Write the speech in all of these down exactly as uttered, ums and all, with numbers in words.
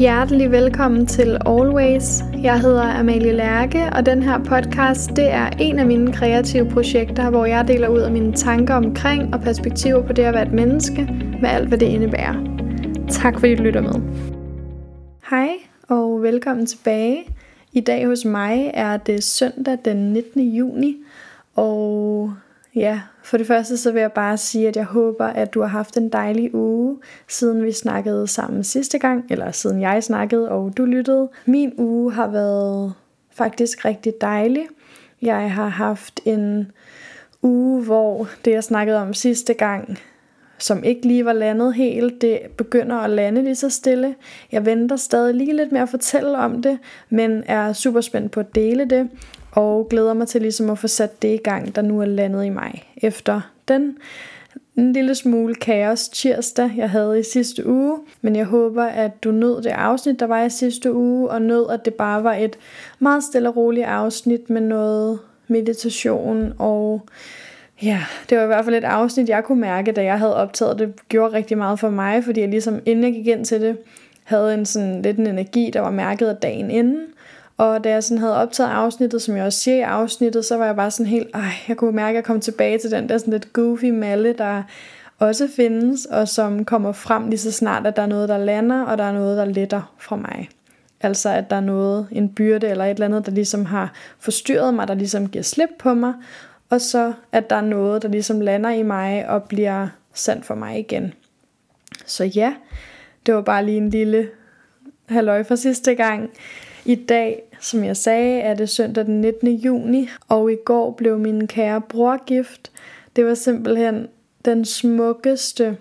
Hjertelig velkommen til Always. Jeg hedder Amalie Lærke, og den her podcast, det er en af mine kreative projekter, hvor jeg deler ud af mine tanker omkring og perspektiver på det at være et menneske, med alt hvad det indebærer. Tak fordi du lytter med. Hej og velkommen tilbage. I dag hos mig er det søndag den nittende juni, og ja, for det første så vil jeg bare sige, at jeg håber, at du har haft en dejlig uge, siden vi snakkede sammen sidste gang, eller siden jeg snakkede, og du lyttede. Min uge har været faktisk rigtig dejlig. Jeg har haft en uge, hvor det jeg snakkede om sidste gang, som ikke lige var landet helt, det begynder at lande lige så stille. Jeg venter stadig lige lidt med at fortælle om det, men er super spændt på at dele det. Og glæder mig til ligesom at få sat det i gang, der nu er landet i mig. Efter den en lille smule kaos tirsdag, jeg havde i sidste uge. Men jeg håber, at du nød det afsnit, der var i sidste uge. Og nød, at det bare var et meget stille og roligt afsnit med noget meditation. Og ja, det var i hvert fald et afsnit, jeg kunne mærke, da jeg havde optaget det. Gjorde rigtig meget for mig, fordi jeg ligesom, inden jeg gik ind til det, havde en sådan lidt en energi, der var mærket af dagen inden. Og da jeg sådan havde optaget afsnittet, som jeg også siger i afsnittet, så var jeg bare sådan helt, ej, jeg kunne mærke, at jeg kom tilbage til den der sådan lidt goofy Malle, der også findes, og som kommer frem lige så snart, at der er noget, der lander, og der er noget, der letter fra mig. Altså, at der er noget, en byrde eller et eller andet, der ligesom har forstyrret mig, der ligesom giver slip på mig, og så, at der er noget, der ligesom lander i mig, og bliver sandt for mig igen. Så ja, det var bare lige en lille halløj fra sidste gang. I dag, som jeg sagde, er det søndag den nittende juni, og i går blev min kære bror gift. Det var simpelthen den smukkeste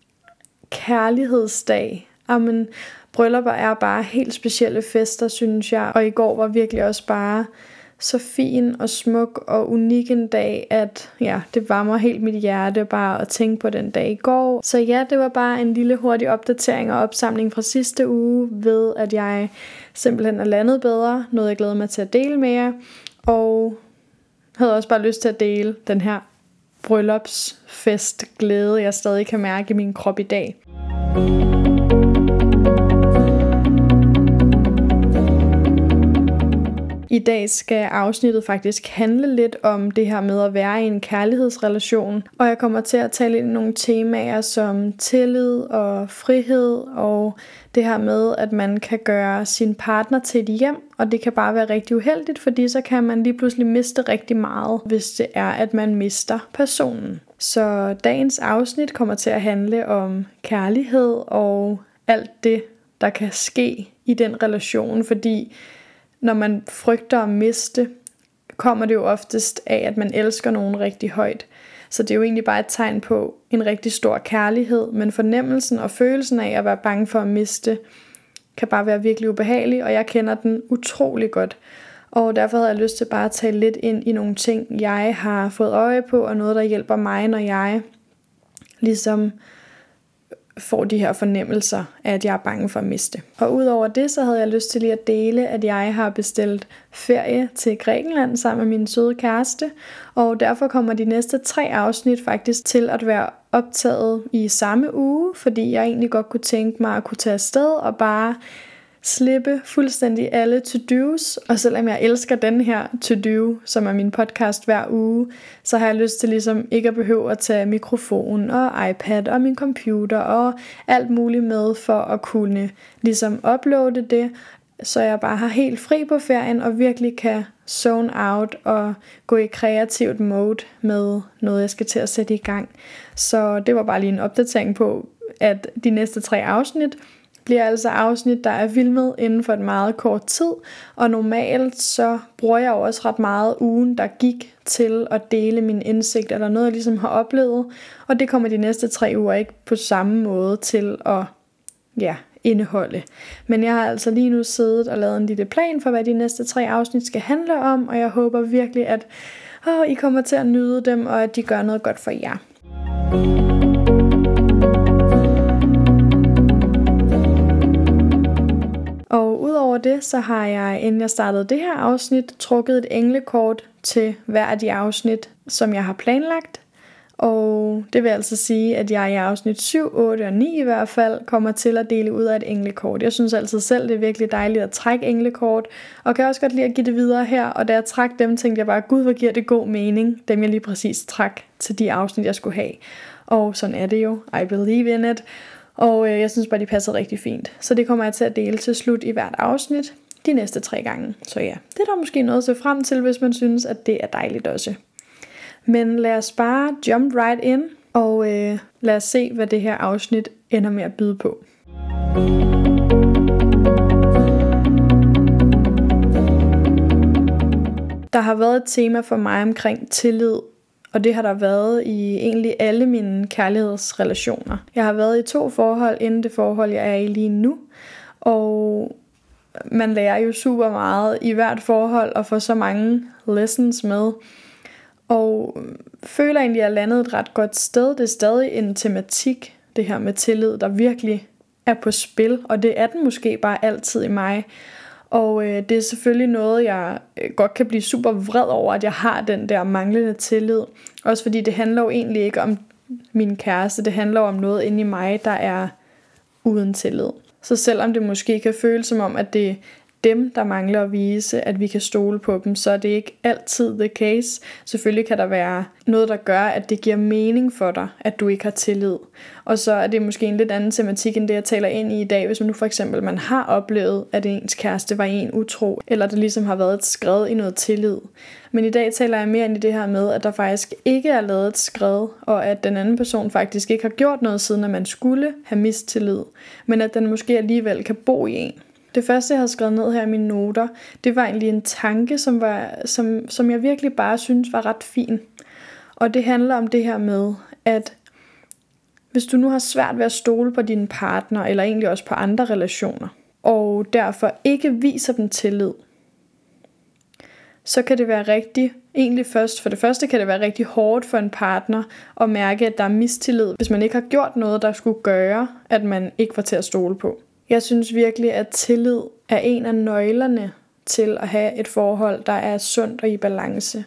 kærlighedsdag. Jamen, bryllupper er bare helt specielle fester, synes jeg. Og i går var virkelig også bare så fin og smuk og unik en dag, at ja, det varmer helt mit hjerte bare at tænke på den dag i går. Så ja, det var bare en lille hurtig opdatering og opsamling fra sidste uge, ved at jeg simpelthen er landet bedre. Noget jeg glæder mig til at dele med jer. Og havde også bare lyst til at dele den her bryllupsfest glæde, jeg stadig kan mærke i min krop i dag. I dag skal afsnittet faktisk handle lidt om det her med at være i en kærlighedsrelation, og jeg kommer til at tale ind i nogle temaer som tillid og frihed, og det her med, at man kan gøre sin partner til et hjem, og det kan bare være rigtig uheldigt, fordi så kan man lige pludselig miste rigtig meget, hvis det er, at man mister personen. Så dagens afsnit kommer til at handle om kærlighed og alt det, der kan ske i den relation, fordi når man frygter at miste, kommer det jo oftest af, at man elsker nogen rigtig højt. Så det er jo egentlig bare et tegn på en rigtig stor kærlighed, men fornemmelsen og følelsen af at være bange for at miste, kan bare være virkelig ubehagelig, og jeg kender den utrolig godt. Og derfor havde jeg lyst til bare at tale lidt ind i nogle ting, jeg har fået øje på, og noget, der hjælper mig, når jeg ligesom får de her fornemmelser af, at jeg er bange for at miste. Og udover det, så havde jeg lyst til lige at dele, at jeg har bestilt ferie til Grækenland sammen med min søde kæreste, og derfor kommer de næste tre afsnit faktisk til at være optaget i samme uge, fordi jeg egentlig godt kunne tænke mig at kunne tage afsted og bare slippe fuldstændig alle to-dos, og selvom jeg elsker den her to-do, som er min podcast hver uge, så har jeg lyst til ligesom ikke at behøve at tage mikrofon og iPad og min computer og alt muligt med for at kunne ligesom uploade det, så jeg bare har helt fri på ferien og virkelig kan zone out og gå i kreativt mode med noget, jeg skal til at sætte i gang. Så det var bare lige en opdatering på, at de næste tre afsnit bliver altså afsnit, der er filmet inden for et meget kort tid, og normalt så bruger jeg også ret meget ugen, der gik til at dele min indsigt, eller noget jeg ligesom har oplevet, og det kommer de næste tre uger ikke på samme måde til at ja, indeholde. Men jeg har altså lige nu siddet og lavet en lille plan for, hvad de næste tre afsnit skal handle om, og jeg håber virkelig, at åh, I kommer til at nyde dem, og at de gør noget godt for jer. Og udover det, så har jeg, inden jeg startede det her afsnit, trukket et englekort til hver af de afsnit, som jeg har planlagt. Og det vil altså sige, at jeg i afsnit syv, otte og ni i hvert fald kommer til at dele ud af et englekort. Jeg synes altid selv, det er virkelig dejligt at trække englekort, og kan også godt lide at give det videre her. Og da jeg trak dem, tænkte jeg bare, gud, hvor giver det god mening, dem jeg lige præcis trak til de afsnit, jeg skulle have. Og sådan er det jo. I believe in it. Og øh, jeg synes bare, de passer rigtig fint. Så det kommer jeg til at dele til slut i hvert afsnit de næste tre gange. Så ja, det er der måske noget at se frem til, hvis man synes, at det er dejligt også. Men lad os bare jump right in, og øh, lad os se, hvad det her afsnit ender med at byde på. Der har været et tema for mig omkring tillid, og det har der været i egentlig alle mine kærlighedsrelationer. Jeg har været i to forhold inden det forhold, jeg er i lige nu, og man lærer jo super meget i hvert forhold og får så mange lessons med. Og føler egentlig, at jeg er landet et ret godt sted. Det er stadig en tematik, det her med tillid, der virkelig er på spil. Og det er den måske bare altid i mig. Og øh, det er selvfølgelig noget, jeg godt kan blive super vred over, at jeg har den der manglende tillid. Også fordi det handler jo egentlig ikke om min kæreste. Det handler jo om noget inde i mig, der er uden tillid. Så selvom det måske kan føles som om, at det er dem, der mangler at vise, at vi kan stole på dem, så er det ikke altid the case. Selvfølgelig kan der være noget, der gør, at det giver mening for dig, at du ikke har tillid. Og så er det måske en lidt anden tematik, end det jeg taler ind i i dag, hvis man nu for eksempel man har oplevet, at ens kæreste var en utro, eller det ligesom har været et skred i noget tillid. Men i dag taler jeg mere ind i det her med, at der faktisk ikke er lavet et skred, og at den anden person faktisk ikke har gjort noget, siden at man skulle have mistillid, men at den måske alligevel kan bo i en. Det første, jeg havde skrevet ned her i mine noter, det var egentlig en tanke, som, var, som, som jeg virkelig bare synes var ret fin. Og det handler om det her med, at hvis du nu har svært ved at stole på dine partner, eller egentlig også på andre relationer, og derfor ikke viser dem tillid, så kan det være rigtig, egentlig først, for det første kan det være rigtig hårdt for en partner at mærke, at der er mistillid, hvis man ikke har gjort noget, der skulle gøre, at man ikke var til at stole på. Jeg synes virkelig, at tillid er en af nøglerne til at have et forhold, der er sundt og i balance.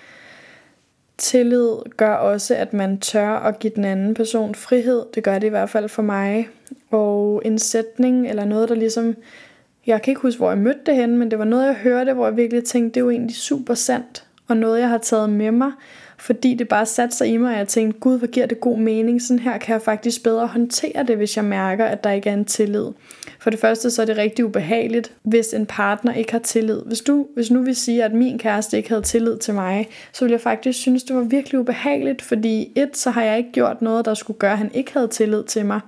Tillid gør også, at man tør at give den anden person frihed. Det gør det i hvert fald for mig. Og en sætning eller noget, der ligesom... Jeg kan ikke huske, hvor jeg mødte det henne, men det var noget, jeg hørte, hvor jeg virkelig tænkte, det er jo egentlig super sandt. Og noget, jeg har taget med mig, fordi det bare satte sig i mig, og jeg tænkte, gud, hvor giver det god mening. Sådan her kan jeg faktisk bedre håndtere det, hvis jeg mærker, at der ikke er en tillid. For det første, så er det rigtig ubehageligt, hvis en partner ikke har tillid. Hvis, du, hvis nu vil sige, at min kæreste ikke havde tillid til mig, så ville jeg faktisk synes, det var virkelig ubehageligt, fordi et, så har jeg ikke gjort noget, der skulle gøre, at han ikke havde tillid til mig.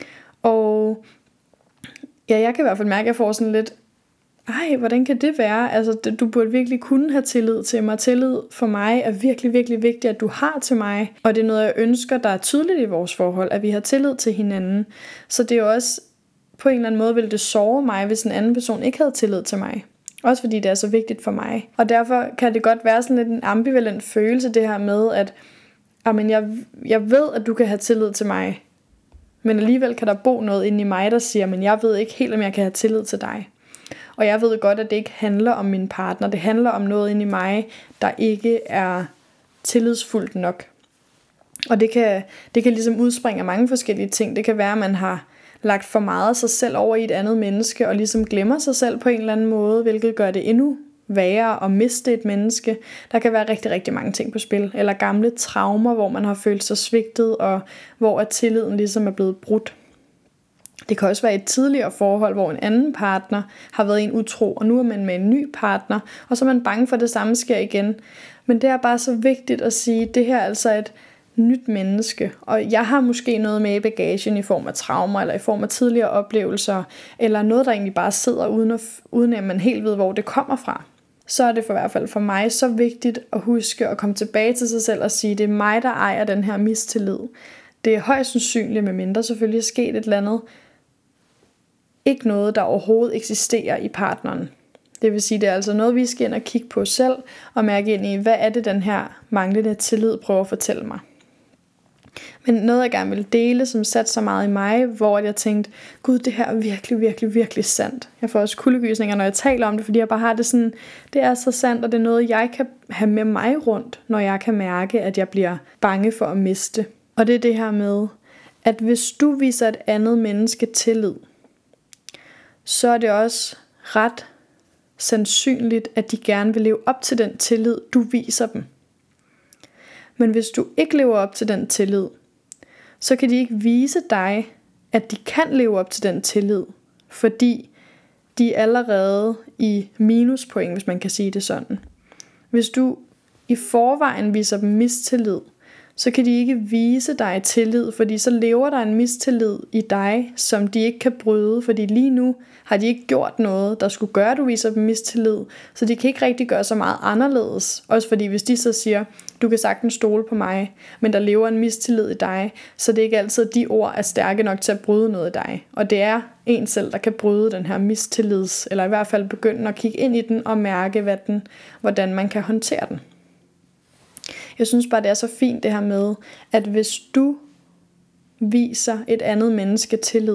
Og ja, jeg kan i hvert fald mærke, at jeg får sådan lidt, ej, hvordan kan det være? Altså, du burde virkelig kunne have tillid til mig. Tillid for mig er virkelig, virkelig vigtigt, at du har til mig. Og det er noget, jeg ønsker, der er tydeligt i vores forhold, at vi har tillid til hinanden. Så det er jo også, på en eller anden måde, ville det såre mig, hvis en anden person ikke havde tillid til mig. Også fordi det er så vigtigt for mig. Og derfor kan det godt være sådan lidt en ambivalent følelse, det her med, at jamen, jeg, jeg ved, at du kan have tillid til mig. Men alligevel kan der bo noget inde i mig, der siger, men jeg ved ikke helt, om jeg kan have tillid til dig. Og jeg ved godt, at det ikke handler om min partner. Det handler om noget inde i mig, der ikke er tillidsfuldt nok. Og det kan, det kan ligesom udspringe af mange forskellige ting. Det kan være, at man har lagt for meget af sig selv over i et andet menneske, og ligesom glemmer sig selv på en eller anden måde, hvilket gør det endnu værre at miste et menneske. Der kan være rigtig, rigtig mange ting på spil. Eller gamle traumer, hvor man har følt sig svigtet, og hvor at tilliden ligesom er blevet brudt. Det kan også være et tidligere forhold, hvor en anden partner har været en utro, og nu er man med en ny partner, og så er man bange for, at det samme sker igen. Men det er bare så vigtigt at sige, at det her er altså et nyt menneske, og jeg har måske noget med i bagagen i form af traumer, eller i form af tidligere oplevelser, eller noget, der egentlig bare sidder uden at, uden at man helt ved, hvor det kommer fra. Så er det for i hvert fald for mig så vigtigt at huske at komme tilbage til sig selv og sige, at det er mig, der ejer den her mistillid. Det er højst sandsynligt, med mindre selvfølgelig er sket et eller andet, ikke noget, der overhovedet eksisterer i partneren. Det vil sige, det er altså noget, vi skal ind og kigge på selv, og mærke ind i, hvad er det, den her manglende tillid prøver at fortælle mig. Men noget jeg gerne ville dele, som satte så meget i mig, hvor jeg tænkte, gud, det her er virkelig, virkelig, virkelig sandt. Jeg får også kuldegysninger, når jeg taler om det, fordi jeg bare har det sådan, det er så sandt, og det er noget, jeg kan have med mig rundt, når jeg kan mærke, at jeg bliver bange for at miste. Og det er det her med, at hvis du viser et andet menneske tillid, så er det også ret sandsynligt, at de gerne vil leve op til den tillid, du viser dem. Men hvis du ikke lever op til den tillid, så kan de ikke vise dig, at de kan leve op til den tillid, fordi de er allerede i minuspoint, hvis man kan sige det sådan. Hvis du i forvejen viser dem mistillid, så kan de ikke vise dig tillid, fordi så lever der en mistillid i dig, som de ikke kan bryde, fordi lige nu har de ikke gjort noget, der skulle gøre, at du viser dem mistillid, så de kan ikke rigtig gøre så meget anderledes. Også fordi hvis de så siger, du kan sagtens stole på mig, men der lever en mistillid i dig, så det er ikke altid, de ord er stærke nok til at bryde noget i dig. Og det er en selv, der kan bryde den her mistillids, eller i hvert fald begynde at kigge ind i den og mærke, hvad den, hvordan man kan håndtere den. Jeg synes bare, det er så fint det her med, at hvis du viser et andet menneske tillid,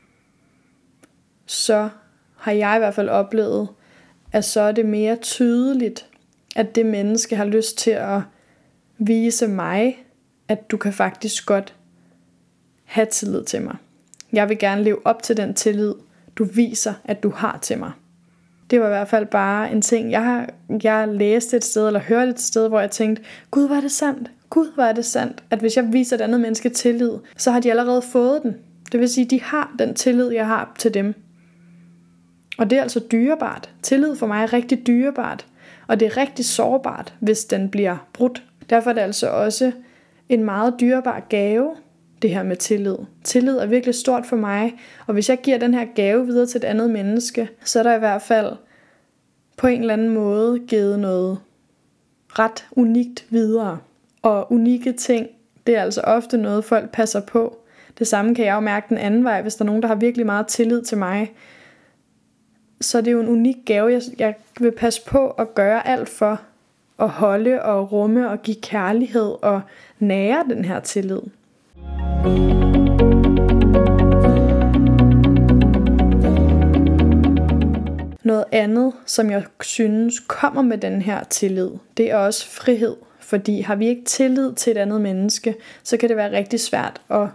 så har jeg i hvert fald oplevet, at så er det mere tydeligt, at det menneske har lyst til at vise mig, at du kan faktisk godt have tillid til mig. Jeg vil gerne leve op til den tillid, du viser, at du har til mig. Det var i hvert fald bare en ting, jeg har jeg læste et sted, eller hørte et sted, hvor jeg tænkte, gud, hvor er det sandt, gud, hvor er det sandt, at hvis jeg viser et andet menneske tillid, så har de allerede fået den. Det vil sige, de har den tillid, jeg har til dem. Og det er altså dyrebart. Tillid for mig er rigtig dyrebart, og det er rigtig sårbart, hvis den bliver brudt. Derfor er det altså også en meget dyrebar gave, det her med tillid. Tillid er virkelig stort for mig, og hvis jeg giver den her gave videre til et andet menneske, så er der i hvert fald på en eller anden måde givet noget ret unikt videre. Og unikke ting, det er altså ofte noget, folk passer på. Det samme kan jeg jo mærke den anden vej, hvis der er nogen, der har virkelig meget tillid til mig. Så det er jo en unik gave, jeg, jeg vil passe på at gøre alt for at holde og rumme og give kærlighed og nære den her tillid. Noget andet, som jeg synes kommer med den her tillid, det er også frihed. Fordi har vi ikke tillid til et andet menneske, så kan det være rigtig svært at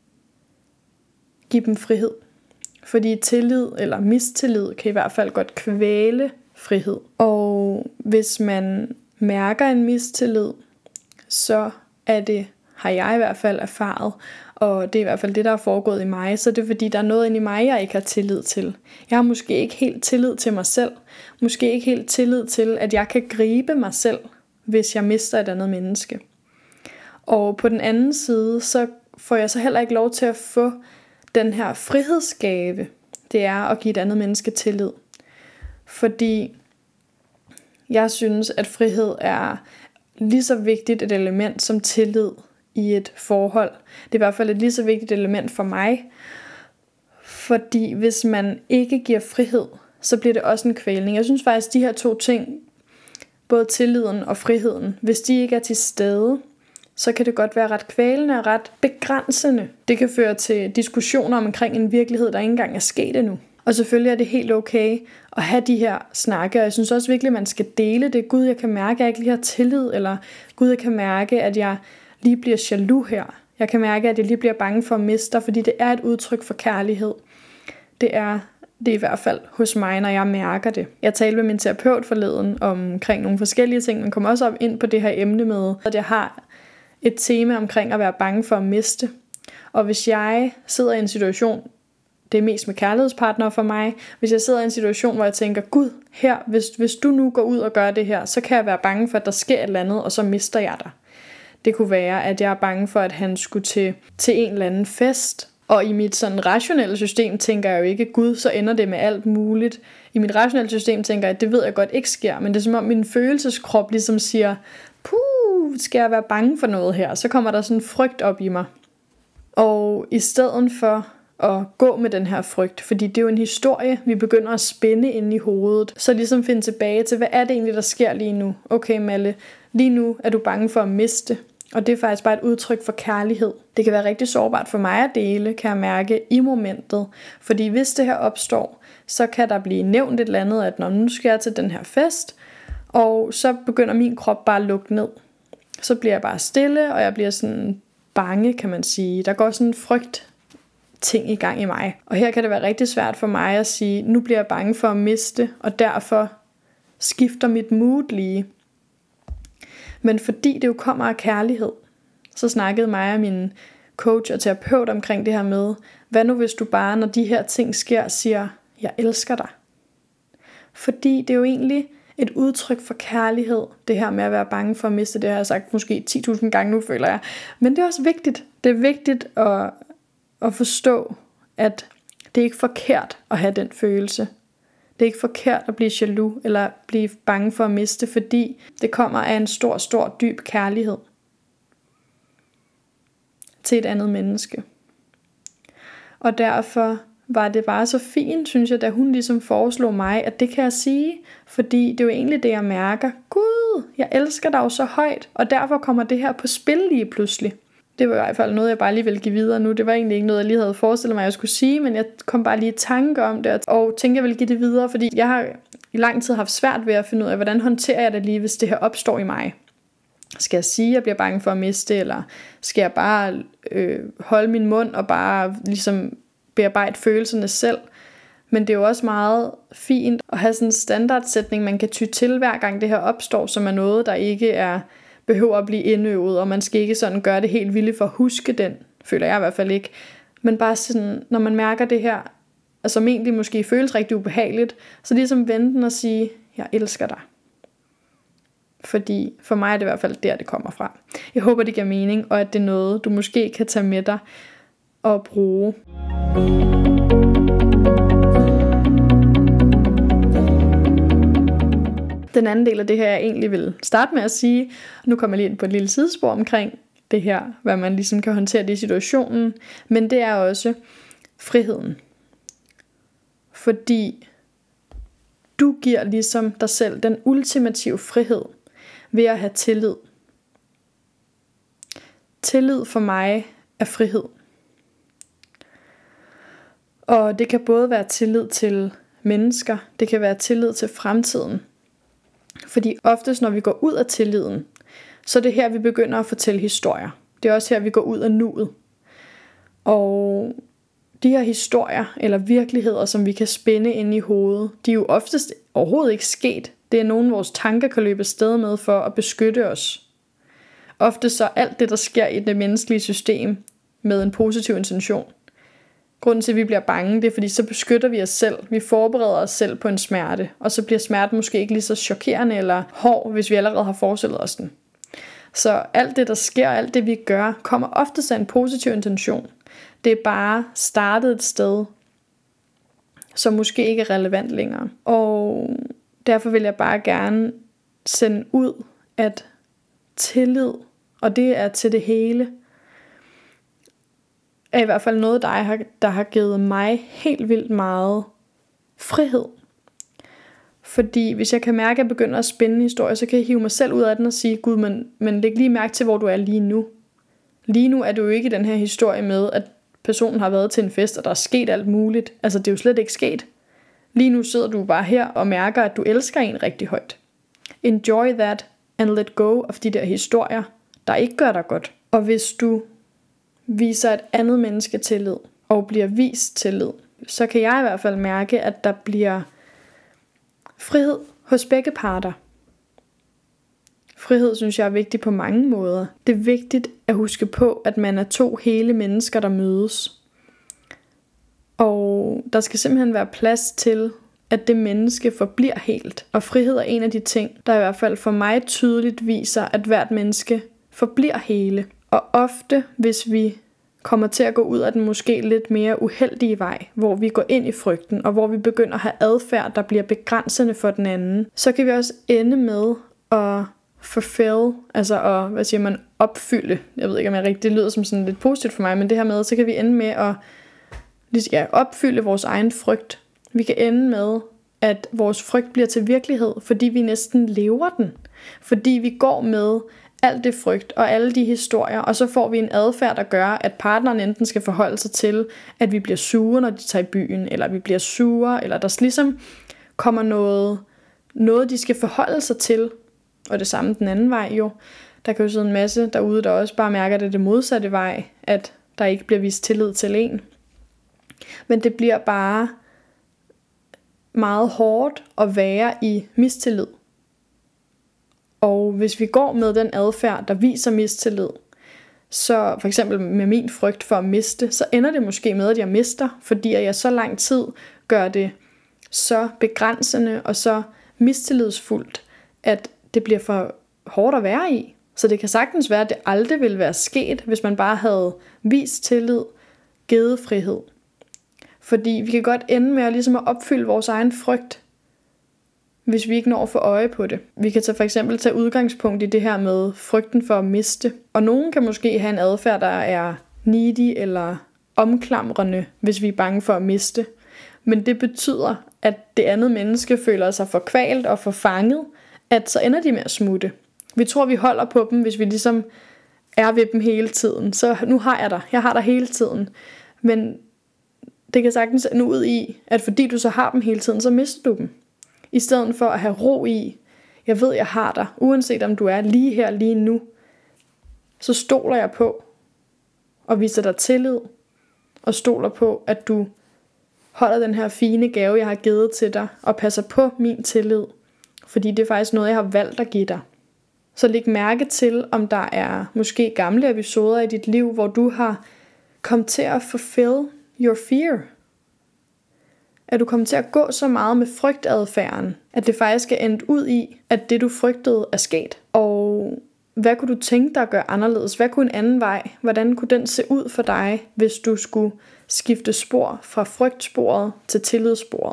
give dem frihed. Fordi tillid eller mistillid kan i hvert fald godt kvæle frihed. Og hvis man mærker en mistillid, så er det, har jeg i hvert fald erfaret, og det er i hvert fald det, der er foregået i mig, så det er fordi, der er noget inde i mig, jeg ikke har tillid til. Jeg har måske ikke helt tillid til mig selv. Måske ikke helt tillid til, at jeg kan gribe mig selv, hvis jeg mister et andet menneske. Og på den anden side, så får jeg så heller ikke lov til at få den her frihedsgave, det er at give et andet menneske tillid. Fordi jeg synes, at frihed er lige så vigtigt et element som tillid i et forhold. Det er i hvert fald et lige så vigtigt element for mig. Fordi hvis man ikke giver frihed, så bliver det også en kvælning. Jeg synes faktisk, at de her to ting, både tilliden og friheden, hvis de ikke er til stede, så kan det godt være ret kvælende og ret begrænsende. Det kan føre til diskussioner omkring en virkelighed, der ikke engang er sket endnu. Og selvfølgelig er det helt okay at have de her snakke, og jeg synes også virkelig, at man skal dele det. Gud, jeg kan mærke, at jeg ikke lige har tillid, eller Gud, jeg kan mærke, at jeg lige bliver jaloux her. Jeg kan mærke, at jeg lige bliver bange for at miste dig, fordi det er et udtryk for kærlighed. Det er det er i hvert fald hos mig, når jeg mærker det. Jeg talte med min terapeut forleden omkring nogle forskellige ting, men kom også op ind på det her emne med, at jeg har et tema omkring at være bange for at miste. Og hvis jeg sidder i en situation, det er mest med kærlighedspartnere for mig, hvis jeg sidder i en situation, hvor jeg tænker, Gud, her, hvis, hvis du nu går ud og gør det her, så kan jeg være bange for, at der sker et eller andet, og så mister jeg dig. Det kunne være, at jeg er bange for, at han skulle til, til en eller anden fest, og i mit sådan rationelle system tænker jeg jo ikke, Gud, så ender det med alt muligt. I mit rationelle system tænker jeg, at det ved jeg godt ikke sker, men det er som om min følelseskrop ligesom siger, puh, skal jeg være bange for noget her? Så kommer der sådan en frygt op i mig. Og i stedet for at gå med den her frygt, fordi det er jo en historie, vi begynder at spænde ind i hovedet, så ligesom finde tilbage til, hvad er det egentlig, der sker lige nu? Okay, Malle, lige nu er du bange for at miste. Og det er faktisk bare et udtryk for kærlighed. Det kan være rigtig sårbart for mig at dele, kan jeg mærke, i momentet. Fordi hvis det her opstår, så kan der blive nævnt et eller andet, at når nu skal jeg til den her fest, og så begynder min krop bare at lukke ned. Så bliver jeg bare stille, og jeg bliver sådan bange, kan man sige. Der går sådan en frygt ting i gang i mig. Og her kan det være rigtig svært for mig at sige, nu bliver jeg bange for at miste, og derfor skifter mit mood lige. Men fordi det jo kommer af kærlighed, så snakkede mig og min coach og terapeut omkring det her med, hvad nu hvis du bare, når de her ting sker, siger, jeg elsker dig. Fordi det er jo egentlig et udtryk for kærlighed, det her med at være bange for at miste, det har jeg sagt måske ti tusind gange nu, føler jeg. Men det er også vigtigt. Det er vigtigt at, at forstå, at det er ikke forkert at have den følelse. Det er ikke forkert at blive jaloux eller blive bange for at miste, fordi det kommer af en stor, stor, dyb kærlighed til et andet menneske. Og derfor var det bare så fint, synes jeg, da hun ligesom foreslog mig, at det kan jeg sige, fordi det er jo egentlig det, jeg mærker. Gud, jeg elsker dig jo så højt, og derfor kommer det her på spil lige pludselig. Det var i hvert fald noget, jeg bare lige ville give videre nu. Det var egentlig ikke noget, jeg lige havde forestillet mig, jeg skulle sige, men jeg kom bare lige i tanke om det, og tænkte, jeg ville give det videre, fordi jeg har i lang tid haft svært ved at finde ud af, hvordan håndterer jeg det lige, hvis det her opstår i mig. Skal jeg sige, at jeg bliver bange for at miste, eller skal jeg bare øh, holde min mund og bare ligesom bearbejde følelserne selv? Men det er jo også meget fint at have sådan en standardsætning, man kan ty til hver gang det her opstår, som er noget, der ikke er behøver at blive indøvet, og man skal ikke sådan gøre det helt vildt for at huske den, føler jeg i hvert fald ikke. Men bare sådan, når man mærker det her, altså som egentlig måske føles rigtig ubehageligt, så ligesom vente den og sige, jeg elsker dig. Fordi for mig er det i hvert fald der, det kommer fra. Jeg håber, det giver mening, og at det er noget, du måske kan tage med dig og bruge. Den anden del af det her, jeg egentlig vil starte med at sige, nu kommer jeg lige ind på et lille sidespor omkring det her, hvad man ligesom kan håndtere det i situationen, men det er også friheden. Fordi du giver ligesom dig selv den ultimative frihed ved at have tillid. Tillid for mig er frihed. Og det kan både være tillid til mennesker, det kan være tillid til fremtiden. Fordi oftest når vi går ud af tilliden, så er det her vi begynder at fortælle historier. Det er også her vi går ud af nuet. Og de her historier eller virkeligheder, som vi kan spænde ind i hovedet, de er jo oftest overhovedet ikke sket. Det er nogen vores tanker kan løbe afsted med for at beskytte os. Ofte så alt det der sker i det menneskelige system med en positiv intention. Grunden til at vi bliver bange, det er fordi så beskytter vi os selv. Vi forbereder os selv på en smerte, og så bliver smerten måske ikke lige så chokerende eller hård, hvis vi allerede har forestillet os den. Så alt det der sker, alt det vi gør, kommer oftest af en positiv intention. Det er bare startet et sted, som måske ikke er relevant længere. Og derfor vil jeg bare gerne sende ud, at tillid, og det er til det hele, er i hvert fald noget, der har, der har givet mig helt vildt meget frihed. Fordi hvis jeg kan mærke, at jeg begynder at spænde en historie, så kan jeg hive mig selv ud af den og sige, Gud, men, men læg lige mærke til, hvor du er lige nu. Lige nu er du jo ikke i den her historie med, at personen har været til en fest, og der er sket alt muligt. Altså det er jo slet ikke sket. Lige nu sidder du bare her og mærker, at du elsker en rigtig højt. Enjoy that and let go of de der historier, der ikke gør dig godt. Og hvis du viser et andet menneske tillid, og bliver vist tillid, så kan jeg i hvert fald mærke, at der bliver frihed hos begge parter. Frihed synes jeg er vigtig på mange måder. Det er vigtigt at huske på, at man er to hele mennesker, der mødes. Og der skal simpelthen være plads til, at det menneske forbliver helt. Og frihed er en af de ting, der i hvert fald for mig tydeligt viser, at hvert menneske forbliver hele. Og ofte, hvis vi kommer til at gå ud af den måske lidt mere uheldige vej, hvor vi går ind i frygten, og hvor vi begynder at have adfærd, der bliver begrænsende for den anden, så kan vi også ende med at fulfill, altså at, hvad siger man, opfylde. Jeg ved ikke, om jeg rigtig, det lyder som sådan lidt positivt for mig, men det her med, så kan vi ende med at ja, opfylde vores egen frygt. Vi kan ende med, at vores frygt bliver til virkelighed, fordi vi næsten lever den. Fordi vi går med, alt det frygt og alle de historier, og så får vi en adfærd, der gør, at partneren enten skal forholde sig til, at vi bliver sure, når de tager i byen, eller vi bliver sure, eller der ligesom kommer noget, noget de skal forholde sig til, og det samme den anden vej jo. Der kan jo sidde en masse derude, der også bare mærker, at det er det modsatte vej, at der ikke bliver vist tillid til en. Men det bliver bare meget hårdt at være i mistillid. Og hvis vi går med den adfærd, der viser mistillid, så for eksempel med min frygt for at miste, så ender det måske med, at jeg mister, fordi jeg så lang tid gør det så begrænsende og så mistillidsfuldt, at det bliver for hårdt at være i. Så det kan sagtens være, at det aldrig ville være sket, hvis man bare havde vist tillid, givet frihed. Fordi vi kan godt ende med at, ligesom at opfylde vores egen frygt, hvis vi ikke når at få øje på det. Vi kan tage for eksempel tage udgangspunkt i det her med frygten for at miste. Og nogen kan måske have en adfærd, der er needy eller omklamrende, hvis vi er bange for at miste. Men det betyder, at det andet menneske føler sig forkvalt og forfanget, at så ender de med at smutte. Vi tror, vi holder på dem, hvis vi ligesom er ved dem hele tiden. Så nu har jeg dig. Jeg har dig hele tiden. Men det kan sagtens ende ud i, at fordi du så har dem hele tiden, så mister du dem. I stedet for at have ro i, jeg ved, jeg har dig, uanset om du er lige her, lige nu, så stoler jeg på og viser dig tillid, og stoler på, at du holder den her fine gave, jeg har givet til dig, og passer på min tillid, fordi det er faktisk noget, jeg har valgt at give dig. Så læg mærke til, om der er måske gamle episoder i dit liv, hvor du har kommet til at fulfill your fear. At du kommer til at gå så meget med frygtadfærden, at det faktisk er endt ud i, at det du frygtede er sket. Og hvad kunne du tænke dig at gøre anderledes? Hvad kunne en anden vej? Hvordan kunne den se ud for dig, hvis du skulle skifte spor fra frygtsporet til tillidssporet?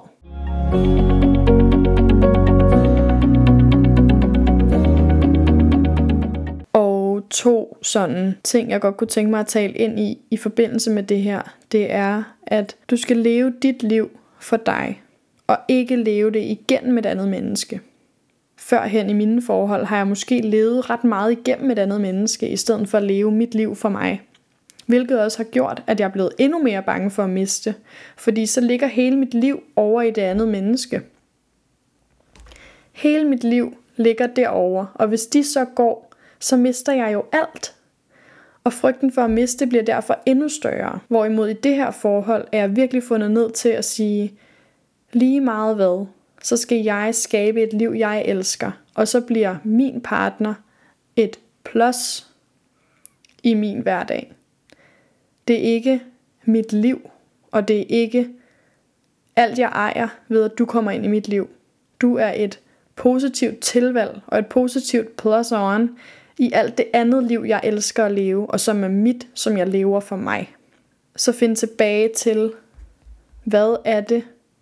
Og to sådan ting, jeg godt kunne tænke mig at tale ind i, i forbindelse med det her, det er, at du skal leve dit liv for dig, og ikke leve det igennem et andet menneske. Førhen i mine forhold har jeg måske levet ret meget igennem et andet menneske, i stedet for at leve mit liv for mig. Hvilket også har gjort, at jeg er blevet endnu mere bange for at miste, fordi så ligger hele mit liv over i det andet menneske. Hele mit liv ligger derover, og hvis de så går, så mister jeg jo alt. Og frygten for at miste bliver derfor endnu større. Hvorimod i det her forhold er jeg virkelig fundet ned til at sige, lige meget hvad, så skal jeg skabe et liv, jeg elsker. Og så bliver min partner et plus i min hverdag. Det er ikke mit liv, og det er ikke alt jeg ejer ved at du kommer ind i mit liv. Du er et positivt tilvalg og et positivt plus on i alt det andet liv, jeg elsker at leve, og som er mit, som jeg lever for mig. Så find tilbage til, hvad er det,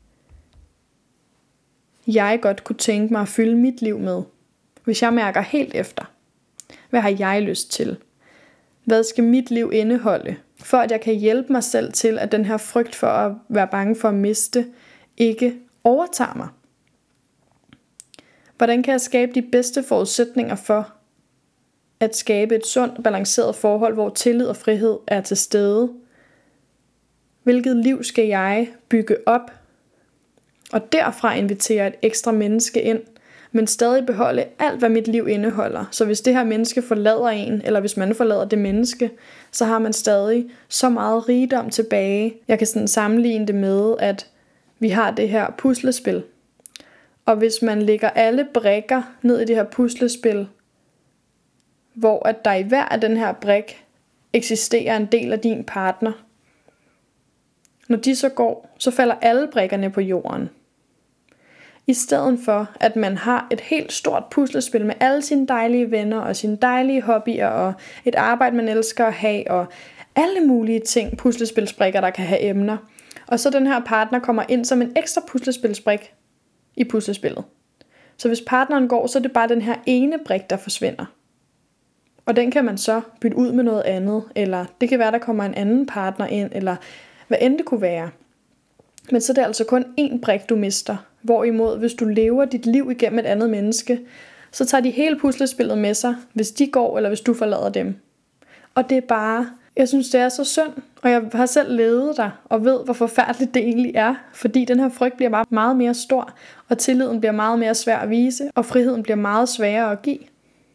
jeg godt kunne tænke mig at fylde mit liv med. Hvis jeg mærker helt efter, hvad har jeg lyst til? Hvad skal mit liv indeholde, for at jeg kan hjælpe mig selv til, at den her frygt for at være bange for at miste, ikke overtager mig? Hvordan kan jeg skabe de bedste forudsætninger for, at skabe et sundt, balanceret forhold, hvor tillid og frihed er til stede? Hvilket liv skal jeg bygge op? Og derfra invitere et ekstra menneske ind, men stadig beholde alt, hvad mit liv indeholder. Så hvis det her menneske forlader en, eller hvis man forlader det menneske, så har man stadig så meget rigdom tilbage. Jeg kan sådan sammenligne det med, at vi har det her puslespil. Og hvis man lægger alle brikker ned i det her puslespil, hvor at der i hver af den her brik eksisterer en del af din partner. Når de så går, så falder alle brikkerne på jorden. I stedet for, at man har et helt stort puslespil med alle sine dejlige venner og sine dejlige hobbyer og et arbejde, man elsker at have og alle mulige ting, puslespilsbrikker, der kan have emner. Og så den her partner kommer ind som en ekstra puslespilsbrik i puslespillet. Så hvis partneren går, så er det bare den her ene brik, der forsvinder. Og den kan man så bytte ud med noget andet, eller det kan være, der kommer en anden partner ind, eller hvad end det kunne være. Men så er det altså kun én brik, du mister. Hvorimod, hvis du lever dit liv igennem et andet menneske, så tager de hele puslespillet med sig, hvis de går, eller hvis du forlader dem. Og det er bare, jeg synes det er så synd, og jeg har selv levet der, og ved hvor forfærdeligt det egentlig er, fordi den her frygt bliver bare meget mere stor, og tilliden bliver meget mere svær at vise, og friheden bliver meget sværere at give.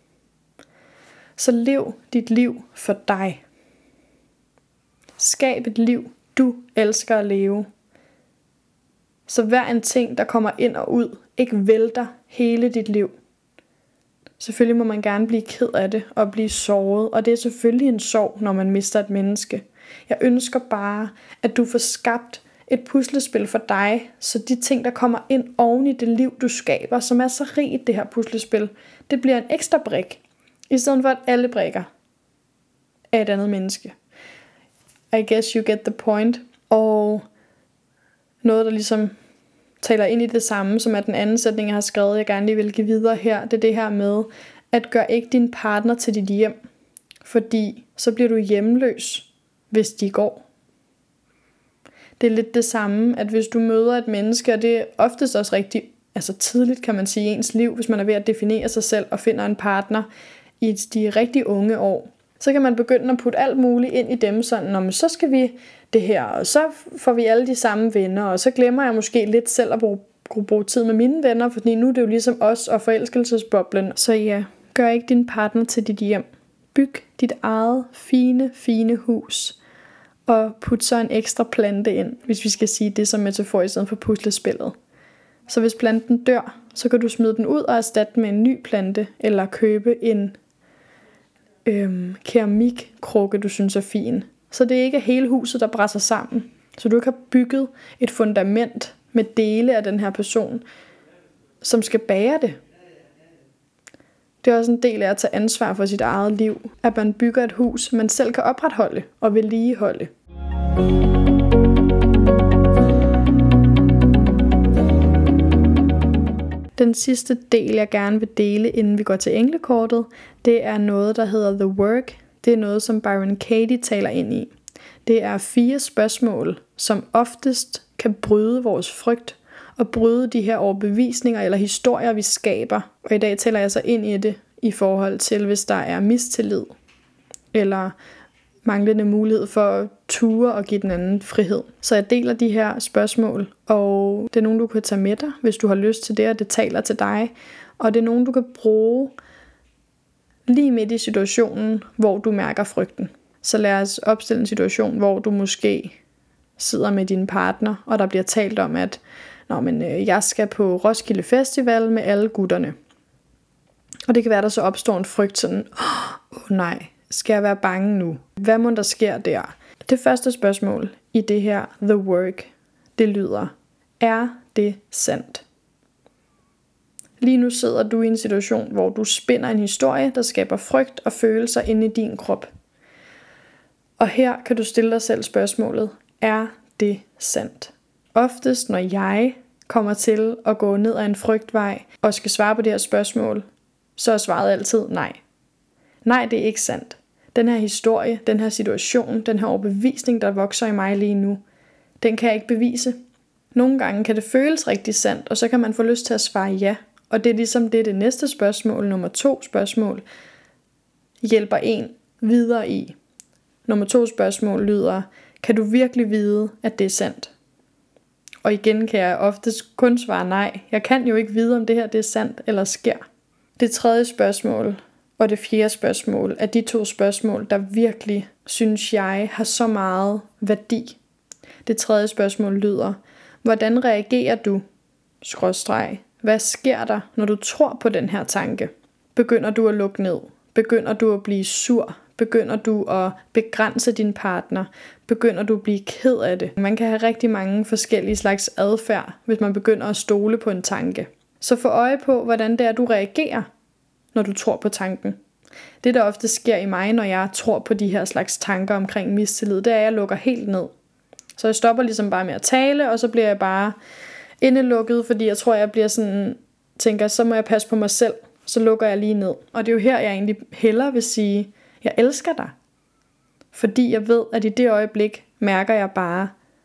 Så lev dit liv for dig. Skab et liv, du elsker at leve. Så hver en ting, der kommer ind og ud, ikke vælter hele dit liv. Selvfølgelig må man gerne blive ked af det og blive såret, og det er selvfølgelig en sorg, når man mister et menneske. Jeg ønsker bare, at du får skabt et puslespil for dig, så de ting, der kommer ind oven i det liv, du skaber, som er så rigt det her puslespil, det bliver en ekstra brik, i stedet for at alle brikker er et andet menneske. I guess you get the point. Og noget, der ligesom taler ind i det samme, som er den anden sætning, jeg har skrevet, jeg gerne lige vil give videre her, det er det her med, at gør ikke din partner til dit hjem, fordi så bliver du hjemløs, hvis de går. Det er lidt det samme, at hvis du møder et menneske, og det er oftest også rigtig, altså tidligt kan man sige i ens liv, hvis man er ved at definere sig selv og finder en partner i de rigtig unge år, så kan man begynde at putte alt muligt ind i dem, sådan, om så skal vi det her, og så får vi alle de samme venner, og så glemmer jeg måske lidt selv at bruge, bruge tid med mine venner, fordi nu er det jo ligesom os og forelskelsesboblen. Så ja, gør ikke din partner til dit hjem. Byg dit eget fine, fine hus, og put så en ekstra plante ind, hvis vi skal sige det som metafor i stedet for puslespillet. Så hvis planten dør, så kan du smide den ud og erstatte den med en ny plante, eller købe en øhm, keramikkrukke, du synes er fin. Så det er ikke hele huset, der brænder sammen. Så du ikke har bygget et fundament med dele af den her person, som skal bære det. Det er også en del af at tage ansvar for sit eget liv. At man bygger et hus, man selv kan opretholde og vedligeholde. Den sidste del, jeg gerne vil dele, inden vi går til englekortet, det er noget, der hedder The Work. Det er noget, som Byron Katie taler ind i. Det er fire spørgsmål, som oftest kan bryde vores frygt og bryde de her overbevisninger eller historier, vi skaber. Og i dag taler jeg så ind i det i forhold til, hvis der er mistillid eller manglende mulighed for at ture og give den anden frihed. Så jeg deler de her spørgsmål, og det er nogle, du kan tage med dig, hvis du har lyst til det, og det taler til dig. Og det er nogle, du kan bruge lige midt i situationen, hvor du mærker frygten. Så lad os opstille en situation, hvor du måske sidder med din partner, og der bliver talt om, at Nå, men, øh, jeg skal på Roskilde Festival med alle gutterne. Og det kan være, at der så opstår en frygt sådan, åh oh, nej, skal jeg være bange nu? Hvad må der sker der? Det første spørgsmål i det her The Work, det lyder, er det sandt? Lige nu sidder du i en situation, hvor du spinder en historie, der skaber frygt og følelser inde i din krop. Og her kan du stille dig selv spørgsmålet, er det sandt? Oftest når jeg kommer til at gå ned ad en frygtvej og skal svare på det her spørgsmål, så er svaret altid nej. Nej, det er ikke sandt. Den her historie, den her situation, den her overbevisning, der vokser i mig lige nu, den kan jeg ikke bevise. Nogle gange kan det føles rigtig sandt, og så kan man få lyst til at svare ja. Og det er ligesom det, det næste spørgsmål, nummer to spørgsmål, hjælper en videre i. Nummer to spørgsmål lyder, kan du virkelig vide, at det er sandt? Og igen kan jeg oftest kun svare nej. Jeg kan jo ikke vide, om det her det er sandt eller sker. Det tredje spørgsmål og det fjerde spørgsmål er de to spørgsmål, der virkelig, synes jeg, har så meget værdi. Det tredje spørgsmål lyder, hvordan reagerer du? Skråstreg. Hvad sker der, når du tror på den her tanke? Begynder du at lukke ned? Begynder du at blive sur? Begynder du at begrænse din partner? Begynder du at blive ked af det? Man kan have rigtig mange forskellige slags adfærd, hvis man begynder at stole på en tanke. Så få øje på, hvordan det er, du reagerer, når du tror på tanken. Det, der ofte sker i mig, når jeg tror på de her slags tanker omkring mistillid, det er, at jeg lukker helt ned. Så jeg stopper ligesom bare med at tale, og så bliver jeg bare indelukket, fordi jeg tror, jeg bliver sådan, tænker, så må jeg passe på mig selv. Så lukker jeg lige ned. Og det er jo her, jeg egentlig hellere vil sige, jeg elsker dig. Fordi jeg ved, at i det øjeblik mærker jeg bare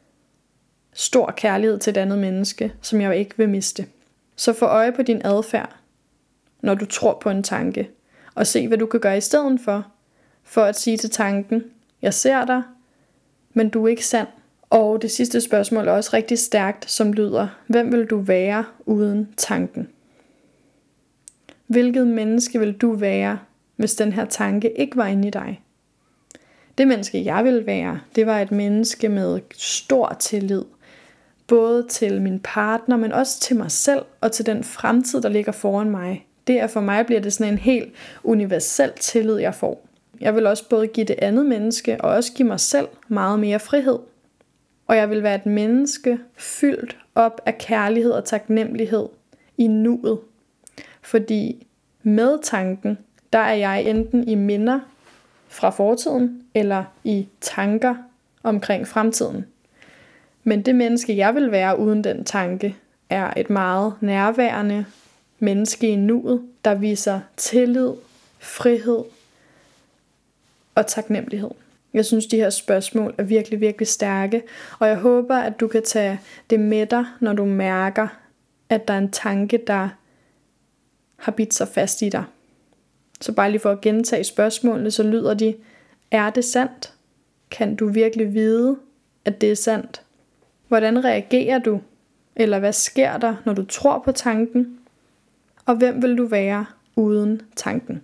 stor kærlighed til et andet menneske, som jeg ikke vil miste. Så få øje på din adfærd, når du tror på en tanke, og se hvad du kan gøre i stedet for, for at sige til tanken, jeg ser dig, men du er ikke sand. Og det sidste spørgsmål er også rigtig stærkt, som lyder, hvem vil du være uden tanken? Hvilket menneske vil du være, hvis den her tanke ikke var inde i dig? Det menneske jeg ville være, det var et menneske med stor tillid. Både til min partner, men også til mig selv og til den fremtid, der ligger foran mig. Det er for mig bliver det sådan en helt universel tillid, jeg får. Jeg vil også både give det andet menneske og også give mig selv meget mere frihed. Og jeg vil være et menneske fyldt op af kærlighed og taknemmelighed i nuet. Fordi med tanken, der er jeg enten i minder fra fortiden eller i tanker omkring fremtiden. Men det menneske, jeg vil være uden den tanke, er et meget nærværende menneske i nuet, der viser tillid, frihed og taknemmelighed. Jeg synes, de her spørgsmål er virkelig, virkelig stærke, og jeg håber, at du kan tage det med dig, når du mærker, at der er en tanke, der har bidt sig fast i dig. Så bare lige for at gentage spørgsmålene, så lyder de, er det sandt? Kan du virkelig vide, at det er sandt? Hvordan reagerer du? Eller hvad sker der, når du tror på tanken? Og hvem vil du være uden tanken?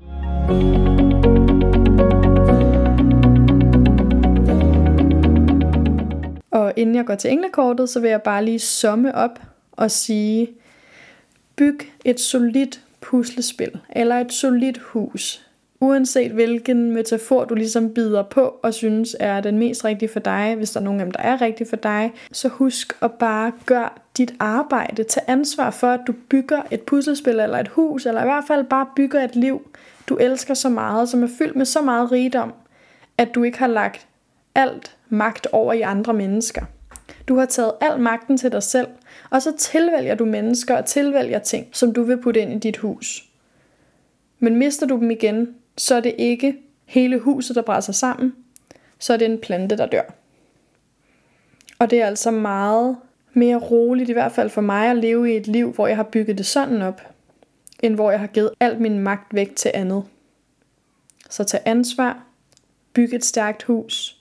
Og inden jeg går til englekortet, så vil jeg bare lige summe op og sige, byg et solidt puslespil eller et solidt hus. Uanset hvilken metafor du ligesom bider på og synes er den mest rigtige for dig, hvis der er nogen af dem, der er rigtig for dig, så husk at bare gøre dit arbejde. Tag ansvar for, at du bygger et puslespil eller et hus, eller i hvert fald bare bygger et liv, du elsker så meget, som er fyldt med så meget rigdom, at du ikke har lagt alt magt over i andre mennesker. Du har taget al magten til dig selv, og så tilvælger du mennesker og tilvælger ting, som du vil putte ind i dit hus. Men mister du dem igen, så er det ikke hele huset, der brænder sammen, så er det en plante, der dør. Og det er altså meget mere roligt, i hvert fald for mig, at leve i et liv, hvor jeg har bygget det sådan op, end hvor jeg har givet al min magt væk til andet. Så tag ansvar, byg et stærkt hus,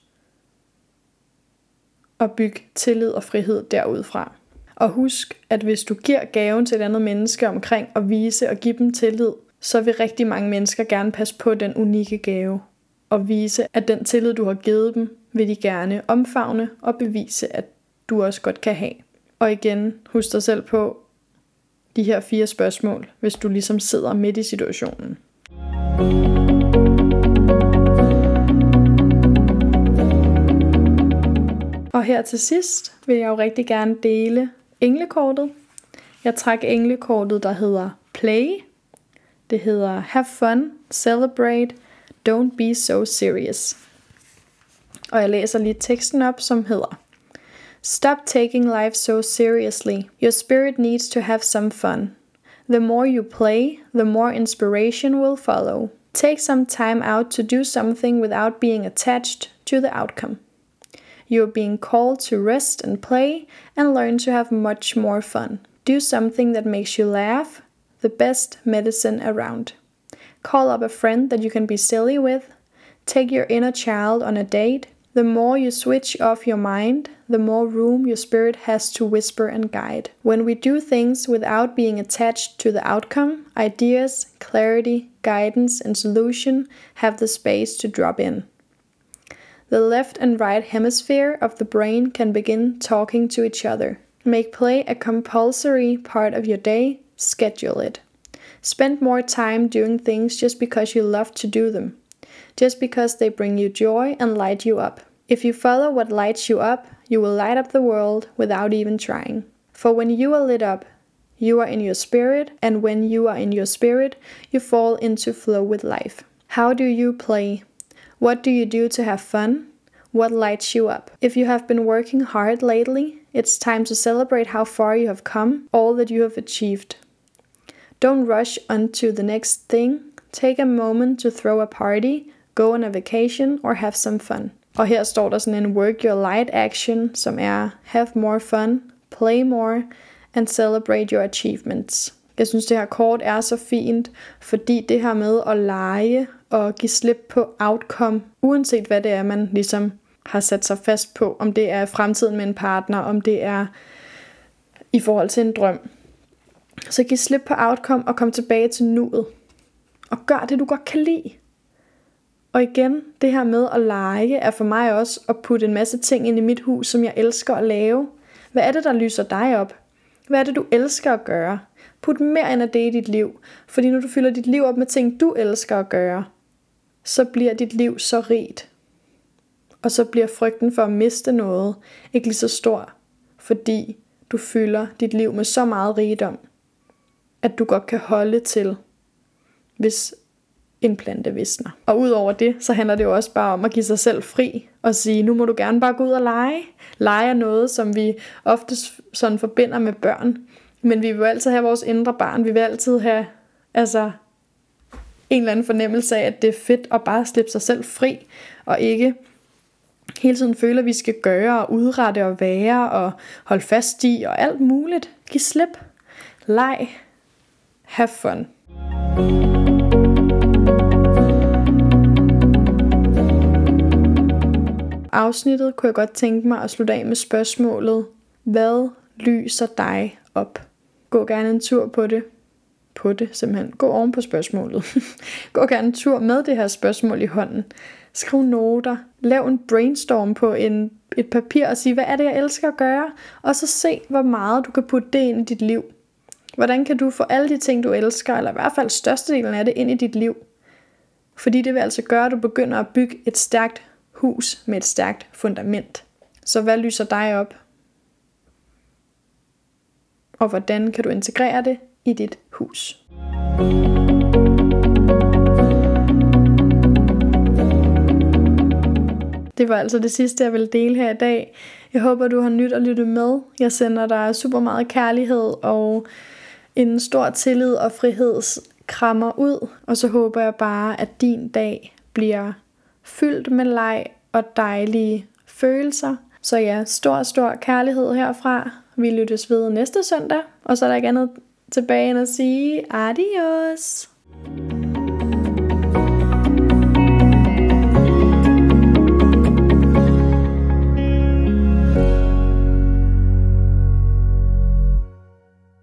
og byg tillid og frihed derudfra. Og husk, at hvis du giver gaven til et andet menneske omkring at vise og give dem tillid, så vil rigtig mange mennesker gerne passe på den unikke gave. Og vise, at den tillid, du har givet dem, vil de gerne omfavne og bevise, at du også godt kan have. Og igen, husk dig selv på de her fire spørgsmål, hvis du ligesom sidder midt i situationen. Og her til sidst vil jeg jo rigtig gerne dele englekortet. Jeg trak englekortet, der hedder Play. Det hedder Have fun, celebrate, don't be so serious. Og jeg læser lige teksten op, som hedder: Stop taking life so seriously. Your spirit needs to have some fun. The more you play, the more inspiration will follow. Take some time out to do something without being attached to the outcome. You are being called to rest and play and learn to have much more fun. Do something that makes you laugh, the best medicine around. Call up a friend that you can be silly with. Take your inner child on a date. The more you switch off your mind, the more room your spirit has to whisper and guide. When we do things without being attached to the outcome, ideas, clarity, guidance, and solution have the space to drop in. The left and right hemisphere of the brain can begin talking to each other. Make play a compulsory part of your day. Schedule it. Spend more time doing things just because you love to do them. Just because they bring you joy and light you up. If you follow what lights you up, you will light up the world without even trying. For when you are lit up, you are in your spirit, and when you are in your spirit, you fall into flow with life. How do you play? What do you do to have fun? What lights you up? If you have been working hard lately, it's time to celebrate how far you have come, all that you have achieved. Don't rush onto the next thing. Take a moment to throw a party, go on a vacation or have some fun. Og her står der sådan en work your light action, som er have more fun, play more and celebrate your achievements. Jeg synes, det her kort er så fint, fordi det her med at lege og give slip på outcome, uanset hvad det er, man ligesom har sat sig fast på, om det er fremtiden med en partner, om det er i forhold til en drøm. Så giv slip på outcome og kom tilbage til nuet. Og gør det, du godt kan lide. Og igen, det her med at lege er for mig også at putte en masse ting ind i mit hus, som jeg elsker at lave. Hvad er det, der lyser dig op? Hvad er det, du elsker at gøre? Put mere end af det i dit liv. Fordi når du fylder dit liv op med ting, du elsker at gøre, så bliver dit liv så rigt. Og så bliver frygten for at miste noget ikke lige så stor. Fordi du fylder dit liv med så meget rigdom, at du godt kan holde til, hvis en plante visner. Og udover det, så handler det jo også bare om at give sig selv fri og sige, nu må du gerne bare gå ud og lege. Lege er noget, som vi ofte sådan forbinder med børn, men vi vil jo altid have vores indre barn. Vi vil altid have altså, en eller anden fornemmelse af, at det er fedt at bare slippe sig selv fri, og ikke hele tiden føle, at vi skal gøre og udrette og være og holde fast i og alt muligt. Giv slip. Leg. Have fun. Afsnittet kunne jeg godt tænke mig at slutte af med spørgsmålet: hvad lyser dig op? Gå gerne en tur på det. På det simpelthen. Gå oven på spørgsmålet. Gå gerne en tur med det her spørgsmål i hånden. Skriv noter. Lav en brainstorm på en, et papir og sig, hvad er det, jeg elsker at gøre? Og så se, hvor meget du kan putte det ind i dit liv. Hvordan kan du få alle de ting, du elsker, eller i hvert fald størstedelen af det, ind i dit liv? Fordi det vil altså gøre, at du begynder at bygge et stærkt hus med et stærkt fundament. Så hvad lyser dig op? Og hvordan kan du integrere det i dit hus? Det var altså det sidste, jeg ville dele her i dag. Jeg håber, du har nyt at lytte med. Jeg sender dig super meget kærlighed og en stor tillid og frihedskrammer ud. Og så håber jeg bare, at din dag bliver fyldt med leg og dejlige følelser. Så ja, stor, stor kærlighed herfra. Vi lyttes ved næste søndag. Og så er der ikke andet tilbage end at sige adios.